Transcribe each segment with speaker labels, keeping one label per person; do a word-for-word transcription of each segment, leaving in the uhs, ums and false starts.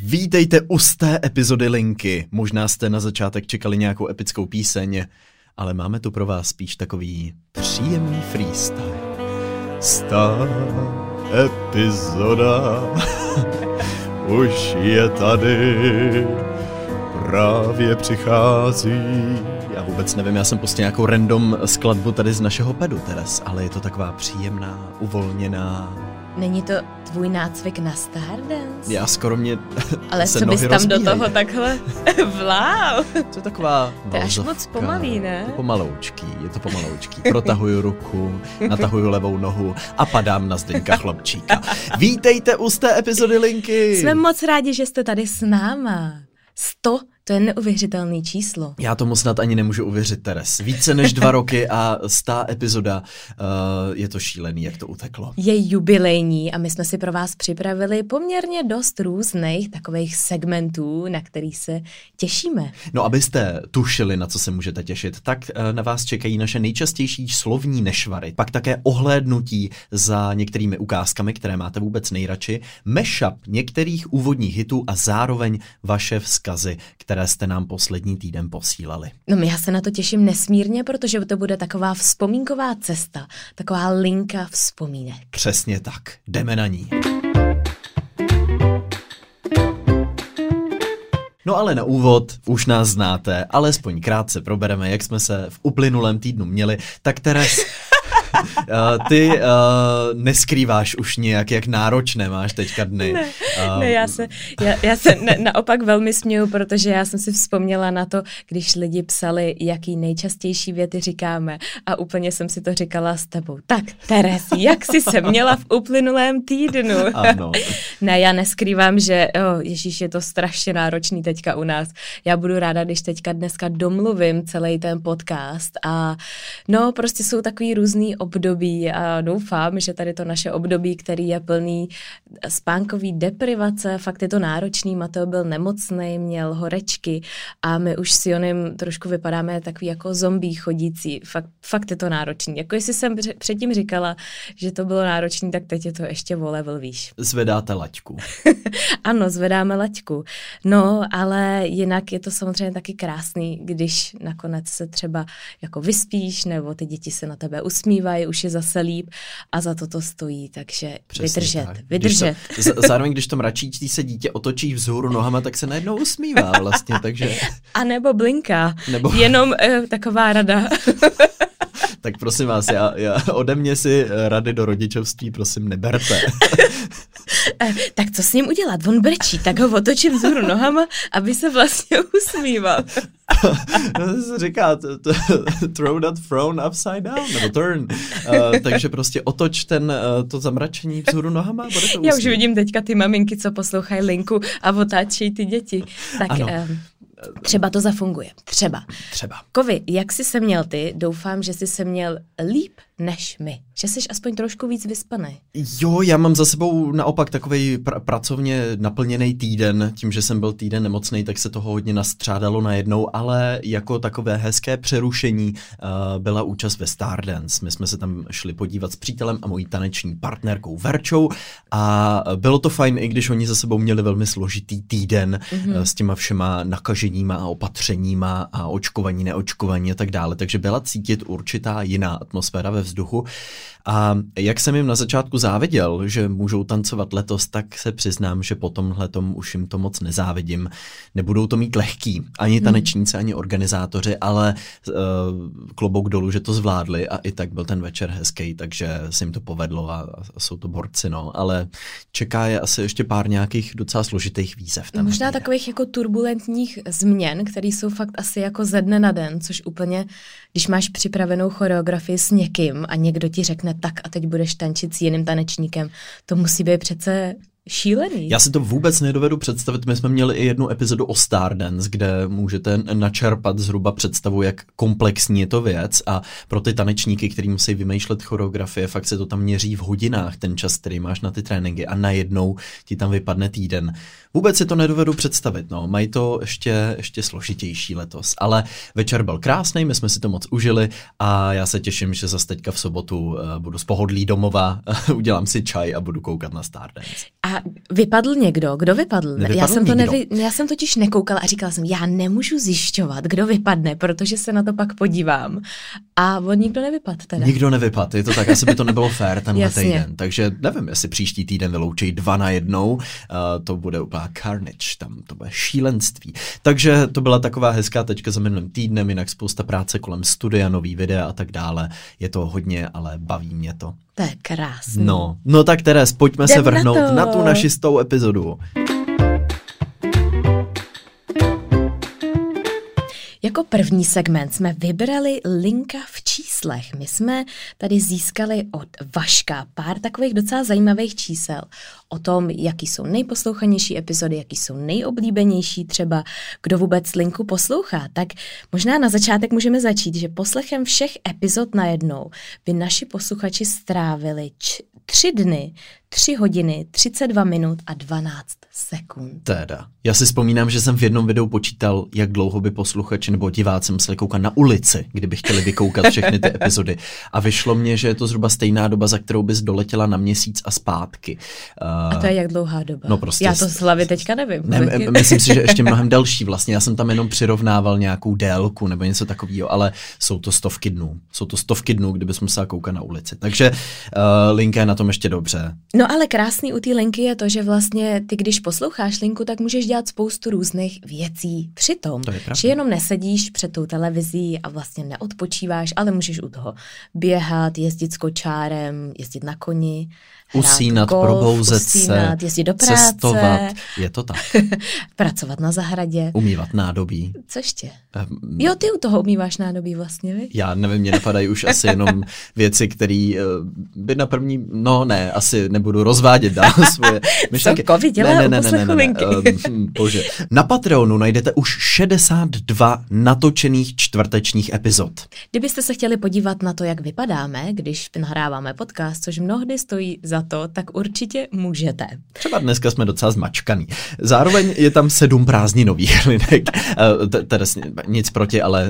Speaker 1: Vítejte u sté epizody Linky. Možná jste na začátek čekali nějakou epickou píseň, ale máme tu pro vás spíš takový příjemný freestyle. Stá epizoda už je tady, právě přichází. Já vůbec nevím, já jsem prostě nějakou random skladbu tady z našeho pedu, Teres, ale je to taková příjemná, uvolněná.
Speaker 2: Není to tvůj nácvik na Stardance?
Speaker 1: Já skoro mě
Speaker 2: ale
Speaker 1: se
Speaker 2: co bys tam
Speaker 1: rozbíhají.
Speaker 2: Do toho takhle vlál?
Speaker 1: To je taková
Speaker 2: To je až moc pomalý, ne?
Speaker 1: Je to pomaloučký, je to pomaloučký. Protahuju ruku, natahuju levou nohu a padám na Zdeňka Chlapčíka. Vítejte u sté epizody Linky.
Speaker 2: Jsme moc rádi, že jste tady s náma. Sto, to je neuvěřitelný číslo.
Speaker 1: Já tomu snad ani nemůžu uvěřit, Teres. Více než dva roky a stá epizoda, uh, je to šílený, jak to uteklo.
Speaker 2: Je jubilejní a my jsme si pro vás připravili poměrně dost různých takových segmentů, na který se těšíme.
Speaker 1: No, abyste tušili, na co se můžete těšit, tak uh, na vás čekají naše nejčastější slovní nešvary, pak také ohlédnutí za některými ukázkami, které máte vůbec nejradši, mashup některých úvodních hitů a zároveň vaše vzkazy, které jste nám poslední týden posílali.
Speaker 2: No já se na to těším nesmírně, protože to bude taková vzpomínková cesta, taková linka vzpomínek.
Speaker 1: Přesně tak, jdeme na ní. No ale na úvod už nás znáte, alespoň krátce probereme, jak jsme se v uplynulém týdnu měli, tak Teres... Uh, ty uh, neskrýváš už nějak, jak náročné máš teďka dny.
Speaker 2: Ne,
Speaker 1: uh,
Speaker 2: ne já se, já, já se ne, naopak velmi směju, protože já jsem si vzpomněla na to, když lidi psali, jaký nejčastější věty říkáme a úplně jsem si to říkala s tebou. Tak, Terezi, jak jsi se měla v uplynulém týdnu?
Speaker 1: Ano.
Speaker 2: Ne, já neskrývám, že oh, ježíš, je to strašně náročný teďka u nás. Já budu ráda, když teďka dneska domluvím celý ten podcast a no, prostě jsou takový různý období a doufám, že tady to naše období, který je plný spánkový deprivace, fakt je to náročný, Mateo byl nemocný, měl horečky a my už s Jonem trošku vypadáme takový jako zombie chodící, fakt, fakt je to náročný. Jako jestli jsem předtím říkala, že to bylo náročný, tak teď je to ještě o level výš.
Speaker 1: Zvedáte laťku.
Speaker 2: Ano, zvedáme laťku. No, ale jinak je to samozřejmě taky krásný, když nakonec se třeba jako vyspíš, nebo ty děti se na tebe usmívají, už je zase líp a za to to stojí, takže přesně vydržet, tak. vydržet.
Speaker 1: Když to, zároveň, když to mračící se dítě otočí vzhůru nohama, tak se najednou usmívá vlastně, takže...
Speaker 2: A nebo blinká, nebo... jenom uh, taková rada.
Speaker 1: Tak prosím vás, já, já ode mě si rady do rodičovství prosím neberte.
Speaker 2: Tak co s ním udělat? On brečí, tak ho otočím vzhůru nohama, aby se vlastně usmíval.
Speaker 1: To se říká t- t- throw that throne upside down, nebo turn. Uh, takže prostě otoč ten, uh, to zamračení vzhůru nohama a bude to usmívat.
Speaker 2: Já už vidím teďka ty maminky, co poslouchají Linku a otáčejí ty děti. Tak um, třeba to zafunguje. Třeba.
Speaker 1: Třeba.
Speaker 2: Kovi, jak jsi se měl ty? Doufám, že jsi se měl líp než my. Že jsi aspoň trošku víc vyspaný.
Speaker 1: Jo, já mám za sebou naopak takovej pr- pracovně naplněný týden. Tím, že jsem byl týden nemocnej, tak se toho hodně nastřádalo najednou, ale jako takové hezké přerušení uh, byla účast ve Stardance. My jsme se tam šli podívat s přítelem a mojí taneční partnerkou Verčou a bylo to fajn, i když oni za sebou měli velmi složitý týden mm-hmm. uh, s těma všema nakaženíma a opatřeníma a očkovaní, neočkovaní a tak dále. Takže byla cítit určitá jiná atmosféra ve vzduchu. A jak jsem jim na začátku záviděl, že můžou tancovat letos, tak se přiznám, že po tomhletom už jim to moc nezávidím. Nebudou to mít lehký, ani tanečníci, ani organizátoři, ale uh, klobouk dolů, že to zvládli a i tak byl ten večer hezký, takže se jim to povedlo a, a jsou to borci, no. Ale čeká je asi ještě pár nějakých docela složitých výzev.
Speaker 2: Možná takových jako turbulentních změn, které jsou fakt asi jako ze dne na den, což úplně, když máš připravenou choreografii s někým a někdo ti řekne tak a teď budeš tančit s jiným tanečníkem, to musí být přece šílený.
Speaker 1: Já si to vůbec nedovedu představit. My jsme měli i jednu epizodu o Stardance, kde můžete načerpat zhruba představu, jak komplexní je to věc a pro ty tanečníky, kteří musí vymýšlet choreografie, fakt se to tam měří v hodinách, ten čas, který máš na ty tréninky a najednou ti tam vypadne týden. Vůbec si to nedovedu představit, no. Mají to ještě, ještě složitější letos, ale večer byl krásný, my jsme si to moc užili a já se těším, že zase teďka v sobotu uh, budu z pohodlí domova, udělám si čaj a budu koukat na Stardance.
Speaker 2: A A vypadl někdo? Kdo vypadl?
Speaker 1: Nevypadl
Speaker 2: já jsem to
Speaker 1: nikdo.
Speaker 2: nevy... Já jsem totiž nekoukala a říkala jsem, já nemůžu zjišťovat, kdo vypadne, protože se na to pak podívám. A on nikdo nevypadl teda.
Speaker 1: Nikdo nevypadl, je to tak, asi by to nebylo fér tenhle
Speaker 2: Jasně.
Speaker 1: týden. Takže nevím, jestli příští týden vyloučí dva na jednou, uh, to bude úplná carnage, tam to bude šílenství. Takže to byla taková hezká tečka za minulým týdnem, jinak spousta práce kolem studia, nový videa a tak dále. Je to hodně, ale baví mě to.
Speaker 2: To je krásný.
Speaker 1: No, no tak Teres, pojďme
Speaker 2: Jdem
Speaker 1: se vrhnout
Speaker 2: na,
Speaker 1: na tu naši stou epizodu.
Speaker 2: Jako první segment jsme vybrali linka v číslech. My jsme tady získali od Vaška pár takových docela zajímavých čísel o tom, jaký jsou nejposlouchanější epizody, jaký jsou nejoblíbenější, třeba kdo vůbec linku poslouchá. Tak možná na začátek můžeme začít, že poslechem všech epizod najednou by naši posluchači strávili č- tři dny, tři hodiny, třicet dva minut a dvanáct sekund.
Speaker 1: Teda. Já si vzpomínám, že jsem v jednom videu počítal, jak dlouho by posluchači nebo diváci museli koukat na ulici, kdyby chtěli vykoukat všechny ty epizody. A vyšlo mně, že je to zhruba stejná doba, za kterou bys doletěla na měsíc a zpátky.
Speaker 2: Uh, a to je jak dlouhá doba?
Speaker 1: No prostě.
Speaker 2: Já to z hlavy teďka nevím.
Speaker 1: Ne, m- myslím si, že ještě mnohem delší vlastně. Já jsem tam jenom přirovnával nějakou délku nebo něco takového, ale jsou to stovky dnů. Jsou to stovky dnů, kdybys musela koukat na ulici. Takže uh, linka je na tom ještě dobře.
Speaker 2: No ale krásný u té linky je to, že vlastně ty, když posloucháš linku, tak můžeš dělat spoustu různých věcí přitom.
Speaker 1: To je pravda.
Speaker 2: Že jenom nesedíš před tou televizí a vlastně neodpočíváš, ale můžeš u toho běhat, jezdit s kočárem, jezdit na koni,
Speaker 1: usínat,
Speaker 2: golf,
Speaker 1: probouzet
Speaker 2: usínat,
Speaker 1: se,
Speaker 2: jezdit do práce,
Speaker 1: cestovat, je to tak.
Speaker 2: pracovat na zahradě.
Speaker 1: Umývat nádobí.
Speaker 2: Co ještě?
Speaker 1: Um,
Speaker 2: Jo, ty u toho umýváš nádobí vlastně, vi?
Speaker 1: Já nevím, mě napadají už asi jenom věci, které uh, by na první, no ne, asi nebudu rozvádět dál svoje myšlenky.
Speaker 2: Co Kovi dělá
Speaker 1: ne,
Speaker 2: u
Speaker 1: ne, ne, ne, ne, ne. Um, bože. Na Patreonu najdete už šedesát dva natočených čtvrtečních epizod.
Speaker 2: Kdybyste se chtěli podívat na to, jak vypadáme, když nahráváme podcast, což mnohdy stojí za to, tak určitě můžete.
Speaker 1: Třeba dneska jsme docela zmačkaný. Zároveň je tam sedm prázdninových linek. Teda nic proti, ale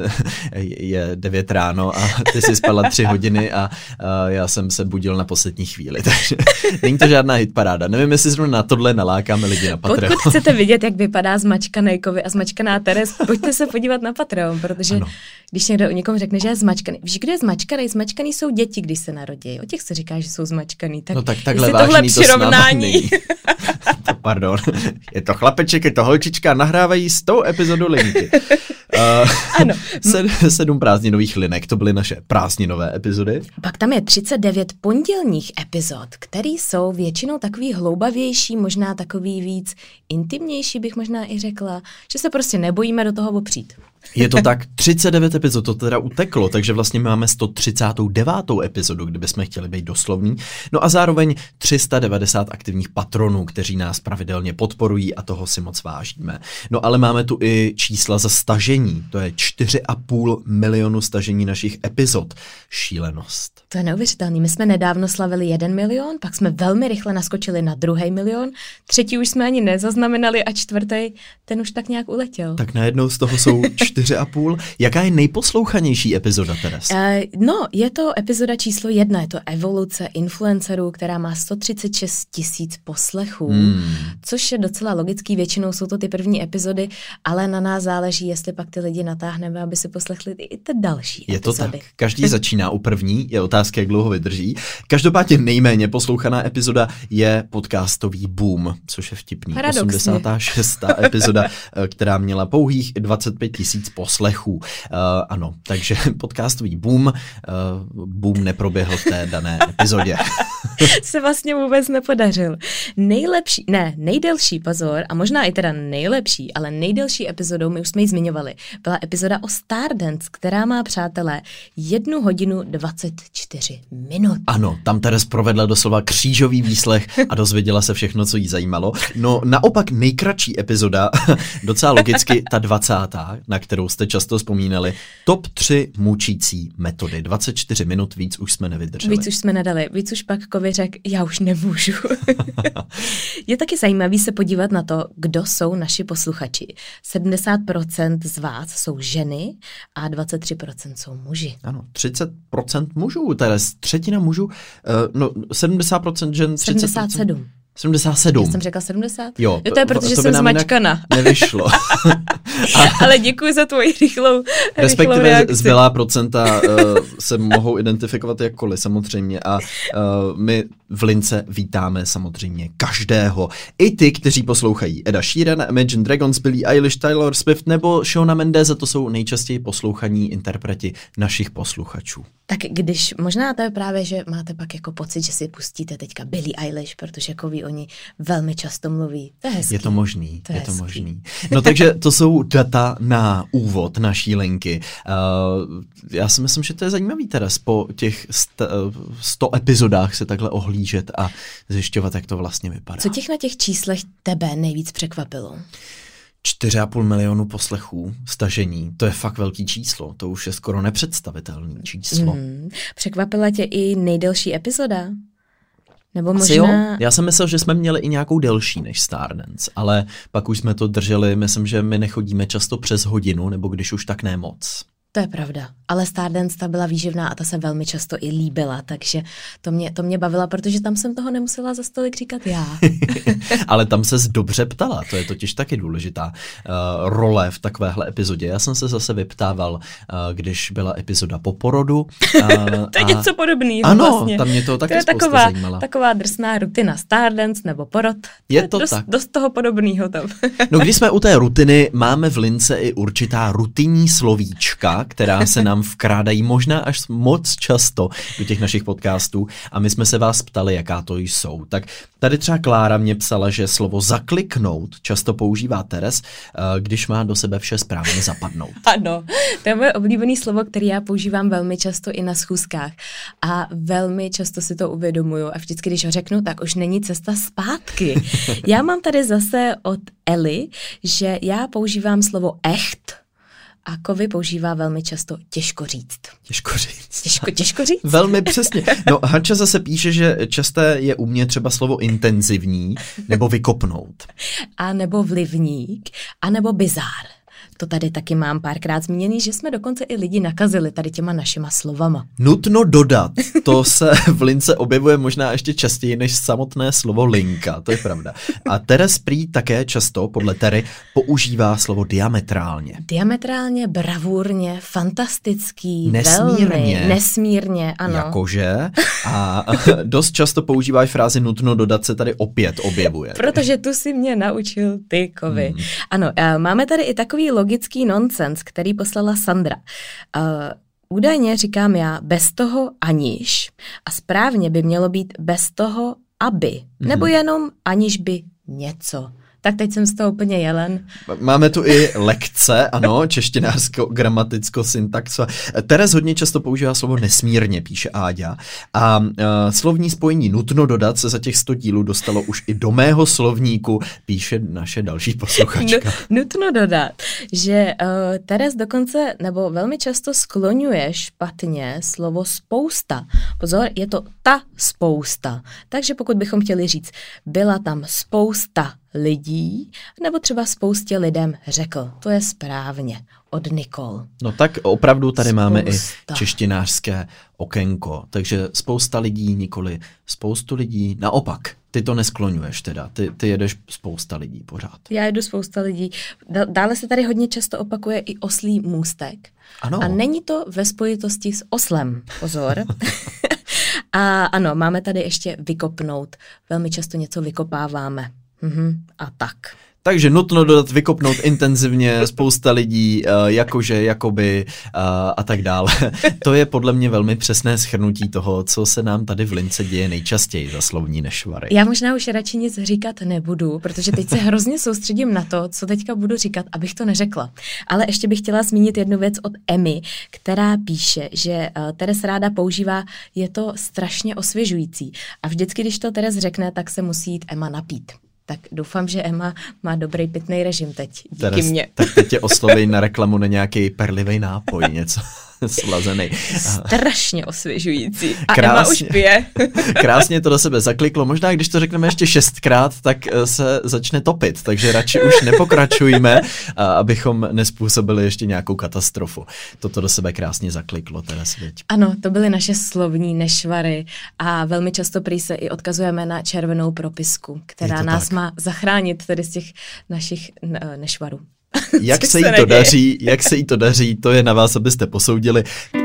Speaker 1: je devět ráno a ty jsi spala tři hodiny a já jsem se budil na poslední chvíli. Takže není to žádná hitparáda. Nevím, jestli zrovna na tohle nalákáme lidi na Patreon.
Speaker 2: Pokud chcete vidět, jak vypadá zmačkaný Kovy a zmačkaná Teres, pojďte se podívat na Patreon, protože ano. Když někdo někomu řekne, že je zmačkaný. Víš, kdo je zmačkaný? Zmačkaný jsou děti, když se narodí. O těch se říká, že jsou zmačkaný. Tak
Speaker 1: no tak takhle vážný to
Speaker 2: přirovnání.
Speaker 1: To, pardon. Je to chlapeček, je to holčička, nahrávají stou epizodu linky. Uh,
Speaker 2: ano.
Speaker 1: Sed, sedm prázdninových linek, to byly naše prázdninové epizody.
Speaker 2: Pak tam je třicet devět pondělních epizod, které jsou většinou takový hloubavější, možná takový víc intimnější, bych možná i řekla, že se prostě nebojíme do toho opřít.
Speaker 1: Je to tak, třicet devět epizod, to teda uteklo, takže vlastně máme sto třicet devět epizodu, kdybychom chtěli být doslovní. No a zároveň tři sta devadesát aktivních patronů, kteří nás pravidelně podporují a toho si moc vážíme. No ale máme tu i čísla za stažení, to je čtyři a půl milionu stažení našich epizod. Šílenost.
Speaker 2: To je neuvěřitelný. My jsme nedávno slavili jeden milion, pak jsme velmi rychle naskočili na druhý milion, třetí už jsme ani nezaznamenali a čtvrtý, ten už tak nějak uletěl.
Speaker 1: Tak najednou z toho jsou čtyři a půl. Jaká je nejposlouchanější epizoda, Teres?
Speaker 2: Uh, no, je to epizoda číslo jedna, je to Evoluce influencerů, která má sto třicet šest tisíc poslechů, hmm. což je docela logický, většinou jsou to ty první epizody, ale na nás záleží, jestli pak ty lidi natáhneme, aby si poslechli i ty další
Speaker 1: je
Speaker 2: epizody.
Speaker 1: Je to tak. Každý začíná u první, je otázka, jak dlouho vydrží. Každopádně nejméně poslouchaná epizoda je podcastový Boom, což je vtipný.
Speaker 2: Paradoxně.
Speaker 1: osmdesátá šestá epizoda, která měla pouhých dvacet pět tisíc poslechů. Uh, ano, takže podcastový Boom, uh, Boom neproběhl v té dané epizodě.
Speaker 2: Se vlastně vůbec nepodařil. Nejlepší, ne, nejdelší, pozor, a možná i teda nejlepší, ale nejdelší epizodou, my už jsme ji zmiňovali, byla epizoda o Stardance, která má, přátelé, jednu hodinu dvacet čtyři minut.
Speaker 1: Ano, tam Teres provedla doslova křížový výslech a dozvěděla se všechno, co jí zajímalo. No naopak nejkratší epizoda, docela logicky ta dvacátá, na kterou jste často vzpomínali, top tři mučící metody. dvacet čtyři minut, víc už jsme nevydrželi.
Speaker 2: Víc už jsme nedali, víc už pak Kovi řekl, já už nemůžu. Je taky zajímavý se podívat na to, kdo jsou naši posluchači. sedmdesát procent z vás jsou ženy a dvacet tři procent jsou muži.
Speaker 1: Ano, třicet procent mužů, Teres, třetina mužů, uh, no sedmdesát procent žen, třicet procent...
Speaker 2: sedmdesát sedm.
Speaker 1: sedmdesát sedm.
Speaker 2: Já jsem řekla sedmdesát?
Speaker 1: Jo.
Speaker 2: jo to je proto, že jsem zmačkana.
Speaker 1: Nevyšlo.
Speaker 2: A... Ale děkuji za tvoji rychlou,
Speaker 1: Respektive
Speaker 2: rychlou reakci.
Speaker 1: zbylá procenta uh, se mohou identifikovat jakkoliv samozřejmě a uh, my v Lince vítáme samozřejmě každého. I ty, kteří poslouchají Eda Sheerana, Imagine Dragons, Billie Eilish, Taylor Swift nebo Shawna Mendeze, to jsou nejčastěji poslouchaní interpreti našich posluchačů.
Speaker 2: Tak když, možná to je právě, že máte pak jako pocit, že si pustíte teďka Billie Eilish, protože jako ví, oni velmi často mluví. To je hezký.
Speaker 1: Je to možný,
Speaker 2: to je,
Speaker 1: je to
Speaker 2: hezký.
Speaker 1: možný. No takže to jsou data na úvod naší linky. Uh, já si myslím, že to je zajímavý teraz po těch st- sto epizodách se takhle ohlížet a zjišťovat, jak to vlastně vypadá.
Speaker 2: Co těch na těch číslech tebe nejvíc překvapilo?
Speaker 1: čtyři a půl milionu poslechů, stažení, to je fakt velký číslo, to už je skoro nepředstavitelné číslo.
Speaker 2: Hmm. Překvapila tě i nejdelší epizoda? Nebo
Speaker 1: Asi
Speaker 2: možná...
Speaker 1: jo? Já jsem myslel, že jsme měli i nějakou delší než Stardance, ale pak už jsme to drželi, myslím, že my nechodíme často přes hodinu, nebo když už tak ne moc.
Speaker 2: To je pravda, ale Stardance ta byla výživná a ta se velmi často i líbila, takže to mě, to mě bavila, protože tam jsem toho nemusela za stolik říkat já.
Speaker 1: Ale tam ses dobře ptala, to je totiž taky důležitá uh, role v takovéhle epizodě. Já jsem se zase vyptával, uh, když byla epizoda po porodu. Uh,
Speaker 2: to je a... něco podobného
Speaker 1: ano,
Speaker 2: vlastně.
Speaker 1: tam mě to taky
Speaker 2: to je
Speaker 1: spousta
Speaker 2: taková,
Speaker 1: zajímala.
Speaker 2: taková drsná rutina Stardance nebo porod.
Speaker 1: Je
Speaker 2: to,
Speaker 1: to
Speaker 2: je dost,
Speaker 1: tak.
Speaker 2: dost toho podobného tam.
Speaker 1: No když jsme u té rutiny, máme v Lince i určitá rutinní slovíčka, která se nám vkrádají možná až moc často do těch našich podcastů a my jsme se vás ptali, jaká to jsou. Tak tady třeba Klára mě psala, že slovo zakliknout často používá Teres, když má do sebe vše správně zapadnout.
Speaker 2: Ano, to je moje oblíbené slovo, které já používám velmi často i na schůzkách a velmi často si to uvědomuju a vždycky, když ho řeknu, tak už není cesta zpátky. Já mám tady zase od Eli, že já používám slovo echt, a Kovy používá velmi často těžko říct.
Speaker 1: Těžko říct.
Speaker 2: Těžko, těžko říct?
Speaker 1: Velmi přesně. No Hanča zase píše, že časté je u mě třeba slovo intenzivní nebo vykopnout.
Speaker 2: A nebo vlivník, a nebo bizár. To tady taky mám párkrát zmíněný, že jsme dokonce i lidi nakazili tady těma našima slovama.
Speaker 1: Nutno dodat, to se v Lince objevuje možná ještě častěji než samotné slovo linka, to je pravda. A Teres prý také často, podle Tery, používá slovo diametrálně.
Speaker 2: Diametrálně, bravurně, fantastický,
Speaker 1: nesmírně,
Speaker 2: velmi, nesmírně, ano.
Speaker 1: Jakože. A dost často používají frázi nutno dodat se tady opět objevuje.
Speaker 2: Protože tu si mě naučil ty, Kovy. Hmm. Ano, máme tady i takový logický nonsens, který poslala Sandra. Uh, údajně říkám já bez toho aniž a správně by mělo být bez toho aby, mm-hmm. nebo jenom aniž by něco. Tak teď jsem z toho úplně jelen.
Speaker 1: Máme tu i lekce, ano, češtinářsko-gramaticko-syntaxo. Teres hodně často používá slovo nesmírně, píše Áďa. A uh, slovní spojení nutno dodat se za těch sto dílů dostalo už i do mého slovníku, píše naše další posluchačka.
Speaker 2: No, nutno dodat, že uh, Teres dokonce, nebo velmi často skloňuje špatně slovo spousta. Pozor, je to ta spousta. Takže pokud bychom chtěli říct, byla tam spousta lidí, nebo třeba spoustě lidem řekl. To je správně. Od Nikol.
Speaker 1: No tak opravdu tady spousta. Máme i češtinářské okénko. Takže spousta lidí, nikoli spoustu lidí. Naopak, ty to neskloňuješ teda. Ty, ty jedeš spousta lidí pořád.
Speaker 2: Já jedu spousta lidí. Dále se tady hodně často opakuje i oslí můstek.
Speaker 1: Ano.
Speaker 2: A není to ve spojitosti s oslem. Pozor. A ano, máme tady ještě vykopnout. Velmi často něco vykopáváme. Mhm. A tak.
Speaker 1: Takže nutno dodat, vykopnout intenzivně, spousta lidí, jakože, jakoby a tak dále. To je podle mě velmi přesné shrnutí toho, co se nám tady v Lince děje nejčastěji za slovní nešvary.
Speaker 2: Já možná už radši nic říkat nebudu, protože teď se hrozně soustředím na to, co teďka budu říkat, abych to neřekla. Ale ještě bych chtěla zmínit jednu věc od Emmy, která píše, že Teres ráda používá, je to strašně osvěžující. A vždycky, když to Teres řekne, tak se musí jít Emma napít. Tak doufám, že Emma má dobrý pitný režim teď. Díky
Speaker 1: Teres,
Speaker 2: mně.
Speaker 1: Tak teď tě osloví na reklamu na nějaký perlivý nápoj, něco. Slazený.
Speaker 2: Strašně osvěžující. A
Speaker 1: krásně,
Speaker 2: Emma už pije.
Speaker 1: Krásně to do sebe zakliklo. Možná, když to řekneme ještě šestkrát, tak se začne topit, takže radši už nepokračujme, abychom nespůsobili ještě nějakou katastrofu. Toto do sebe krásně zakliklo, teda svět.
Speaker 2: Ano, to byly naše slovní nešvary a velmi často prý se i odkazujeme na červenou propisku, která nás tak má zachránit tedy z těch našich nešvarů.
Speaker 1: Jak se jí to daří, jak se jí to daří, to je na vás, abyste posoudili.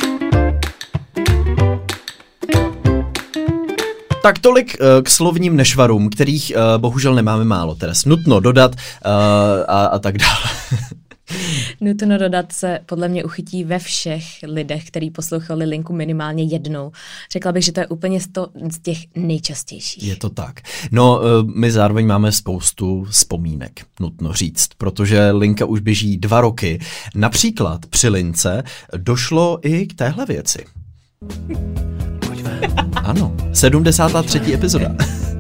Speaker 1: Tak tolik uh, k slovním nešvarům, kterých uh, bohužel nemáme málo. Teda nutno dodat uh, a, a tak dále.
Speaker 2: Nutno dodat se podle mě uchytí ve všech lidech, kteří poslouchali linku minimálně jednou. Řekla bych, že to je úplně z, to, z těch nejčastějších.
Speaker 1: Je to tak. No, my zároveň máme spoustu vzpomínek, nutno říct, protože linka už běží dva roky. Například při lince došlo i k téhle věci. Ano, sedmdesátá třetí epizoda.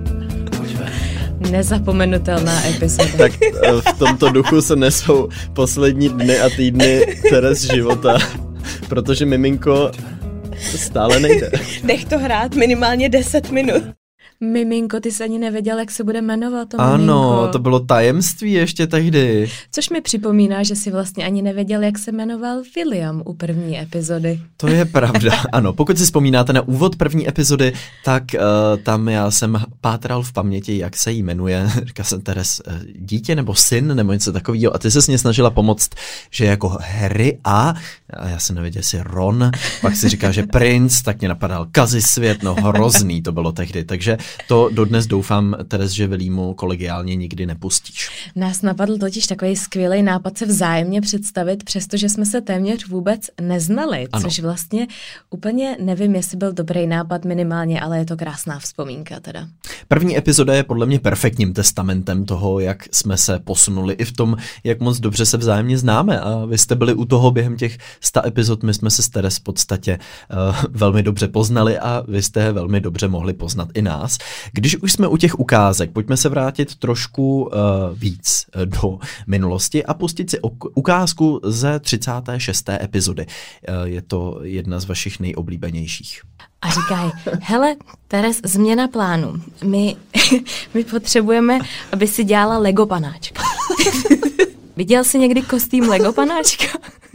Speaker 2: Nezapomenutelná epizoda.
Speaker 1: Tak v tomto duchu se nesou poslední dny a týdny Teres života, protože miminko stále nejde.
Speaker 2: Nech to hrát minimálně deset minut. Miminko, ty jsi ani nevěděl, jak se bude jmenovat to
Speaker 1: ano,
Speaker 2: miminko.
Speaker 1: To bylo tajemství ještě tehdy.
Speaker 2: Což mi připomíná, že jsi vlastně ani nevěděl, jak se jmenoval William u první epizody.
Speaker 1: To je pravda, ano. Pokud si vzpomínáte na úvod první epizody, tak uh, tam já jsem pátral v paměti, jak se jí jmenuje. Říkal jsem Teres, uh, dítě nebo syn nebo něco takového. A ty se mě snažila pomoct, že jako Harry a, a já jsem nevěděl, jestli Ron, pak si říká, že princ, tak mě napadal Kazisvět, no hrozný to bylo tehdy. Takže to dodnes doufám, Teres, že Vilímu kolegiálně nikdy nepustíš.
Speaker 2: Nás napadl totiž takový skvělý nápad se vzájemně představit, přestože jsme se téměř vůbec neznali, ano. Což vlastně úplně nevím, jestli byl dobrý nápad minimálně, ale je to krásná vzpomínka teda.
Speaker 1: První epizoda je podle mě perfektním testamentem toho, jak jsme se posunuli i v tom, jak moc dobře se vzájemně známe a vy jste byli u toho během těch sta epizod, my jsme se s Teres v podstatě uh, velmi dobře poznali a vy jste velmi dobře mohli poznat i nás. Když už jsme u těch ukázek, pojďme se vrátit trošku uh, víc do minulosti a pustit si ukázku ze třicáté šesté epizody. Uh, je to jedna z vašich nejoblíbenějších.
Speaker 2: A říkají, hele, Teres, změna plánu. My, my potřebujeme, aby si dělala Lego panáčka. Viděl jsi někdy kostým Lego panáčka?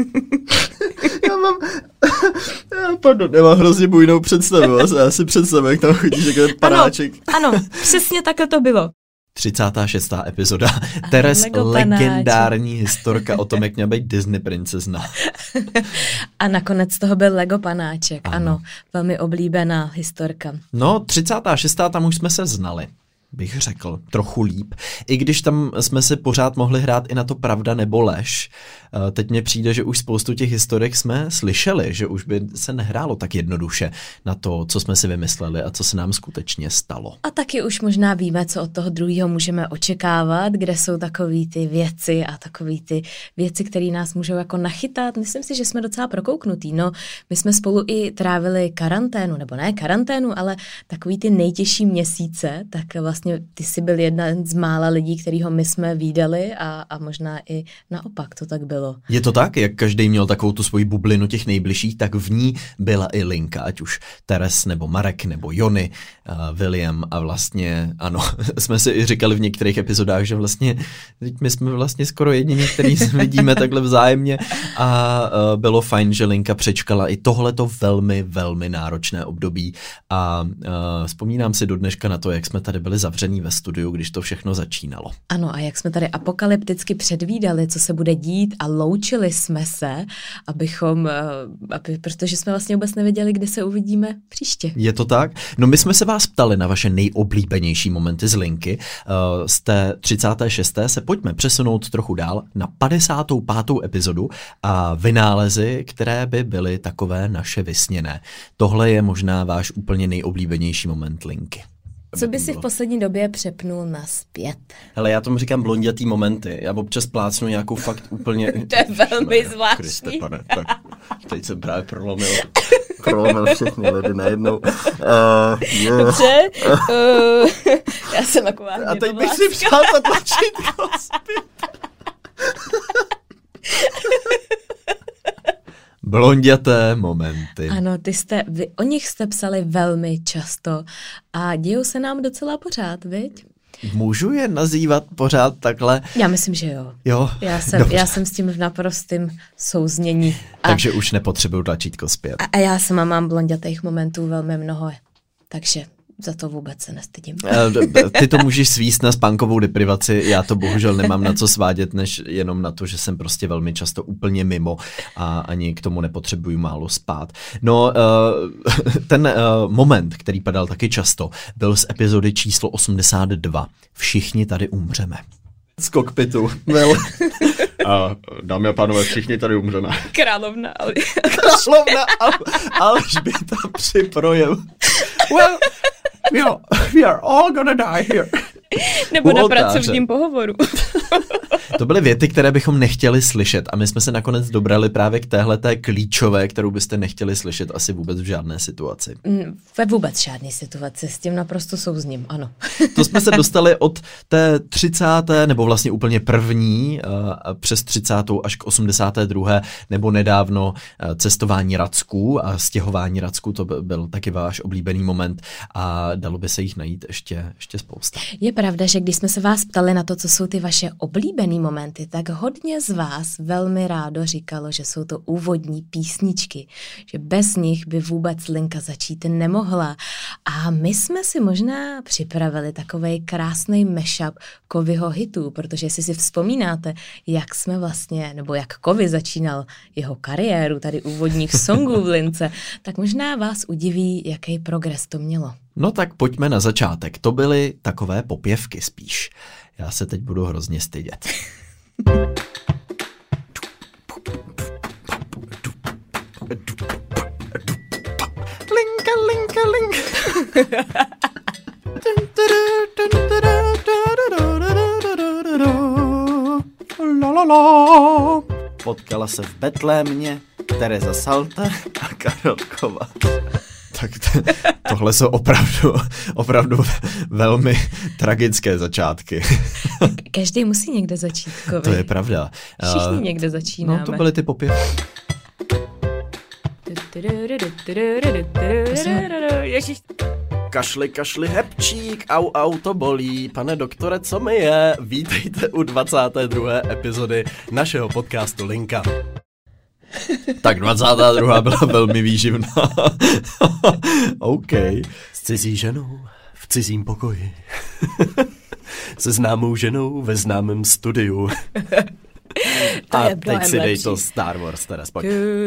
Speaker 1: Já mám, pardon, já mám hrozně bujnou představu. Já si představuji, jak tam chodíš jako panáček.
Speaker 2: Ano, ano, přesně takhle to bylo.
Speaker 1: třicátá šestá epizoda. Teres, legendární historka o tom, jak měla být Disney princezna.
Speaker 2: A nakonec toho byl Lego panáček, ano. ano. Velmi oblíbená historka.
Speaker 1: No, třicátá šestá tam už jsme se znali, bych řekl, trochu líp. I když tam jsme se pořád mohli hrát i na to pravda nebo lež. Teď mně přijde, že už spoustu těch historek jsme slyšeli, že už by se nehrálo tak jednoduše na to, co jsme si vymysleli a co se nám skutečně stalo.
Speaker 2: A taky už možná víme, co od toho druhého můžeme očekávat, kde jsou takový ty věci a takový ty věci, které nás můžou jako nachytat. Myslím si, že jsme docela prokouknutý. No, my jsme spolu i trávili karanténu, nebo ne karanténu, ale takový ty nejtěžší měsíce, tak vlastně ty jsi byl jedna z mála lidí, kterýho my jsme vídali a, a možná i naopak to tak bylo.
Speaker 1: Je to tak, jak každý měl takovou tu svoji bublinu těch nejbližších, tak v ní byla i linka, ať už Teres nebo Marek nebo Jony, uh, William a vlastně, ano, jsme si i říkali v některých epizodách, že vlastně my jsme vlastně skoro jediní, který vidíme takhle vzájemně a uh, bylo fajn, že linka přečkala i tohleto velmi, velmi náročné období a uh, vzpomínám si do dneška na to, jak jsme tady byli zavření ve studiu, když to všechno začínalo.
Speaker 2: Ano, a jak jsme tady apokalypticky předvídali, co se bude dít a loučili jsme se, abychom, aby, protože jsme vlastně vůbec nevěděli, kdy se uvidíme příště.
Speaker 1: Je to tak? No my jsme se vás ptali na vaše nejoblíbenější momenty z linky. Uh, z té třicáté šesté se pojďme přesunout trochu dál na padesátou pátou epizodu a vynálezy, které by byly takové naše vysněné. Tohle je možná váš úplně nejoblíbenější moment linky.
Speaker 2: Co by si v poslední době přepnul naspět?
Speaker 1: Hele, já tomu říkám blondětý momenty. Já občas plácnu nějakou fakt úplně...
Speaker 2: To je velmi no, zvláštní.
Speaker 1: Kriste, pane, tak teď jsem právě prolomil, prolomil všechny ledy najednou. Uh, yeah.
Speaker 2: Dobře, uh, já jsem taková
Speaker 1: A teď bych si přál to tlačítko zpět. Blonděté momenty.
Speaker 2: Ano, ty jste, vy o nich jste psali velmi často a dějou se nám docela pořád, viď?
Speaker 1: Můžu je nazývat pořád takhle?
Speaker 2: Já myslím, že jo.
Speaker 1: Jo?
Speaker 2: Já jsem, já jsem s tím v naprostém souznění. A,
Speaker 1: takže už nepotřebuju tlačítko zpět.
Speaker 2: A, a já sama mám blondětých momentů velmi mnoho, takže za to vůbec se nestydím.
Speaker 1: Ty to můžeš svíst na spánkovou deprivaci, já to bohužel nemám na co svádět, než jenom na to, že jsem prostě velmi často úplně mimo a ani k tomu nepotřebuju málo spát. No, ten moment, který padal taky často, byl z epizody číslo osmdesát dva. Všichni tady umřeme. Z kokpitu. Well. A dámy a pánové, všichni tady umřeme.
Speaker 2: Královna Ale...
Speaker 1: Královna Al- Alžběta při projevu. Well, we are, we are all gonna die here.
Speaker 2: Nebo na pracovním pohovoru.
Speaker 1: To byly věty, které bychom nechtěli slyšet a my jsme se nakonec dobrali právě k téhleté klíčové, kterou byste nechtěli slyšet asi vůbec v žádné situaci.
Speaker 2: Ve vůbec žádné situaci, s tím naprosto souzním, ano.
Speaker 1: To jsme se dostali od té třicáté nebo vlastně úplně první uh, přes třicátou až k osmdesáté druhé nebo nedávno uh, cestování racků a stěhování racků, to byl taky váš oblíbený moment a dalo by se jich najít ještě, ještě spousta.
Speaker 2: Je pravda, že když jsme se vás ptali na to, co jsou ty vaše oblíbený momenty, tak hodně z vás velmi rádo říkalo, že jsou to úvodní písničky, že bez nich by vůbec linka začít nemohla. A my jsme si možná připravili takovej krásný mashup Kovyho hitů, protože jestli si vzpomínáte, jak jsme vlastně, nebo jak Kovy začínal jeho kariéru tady úvodních songů v lince, tak možná vás udiví, jaký progres to mělo.
Speaker 1: No tak pojďme na začátek. To byly takové popěvky spíš. Já se teď budu hrozně stydět. Linka, linka, linka. La, la, la. Potkala se v Betlémě Tereza Salter a Karel Kovář. Tak t- tohle jsou opravdu, opravdu velmi tragické začátky.
Speaker 2: Každý musí někde začít, Kovy.
Speaker 1: To je pravda.
Speaker 2: Všichni někde začínáme.
Speaker 1: No to byly ty popěvky. Kašli, kašli, hebčík, au, au, to bolí. Pane doktore, co mi je? Vítejte u dvacáté druhé epizody našeho podcastu Linka. Tak dvacátá druhá byla velmi výživná. OK. S cizí ženou v cizím pokoji. Se známou ženou ve známém studiu.
Speaker 2: To
Speaker 1: a
Speaker 2: je
Speaker 1: teď si dej
Speaker 2: lepší.
Speaker 1: to Star Wars teda spoj.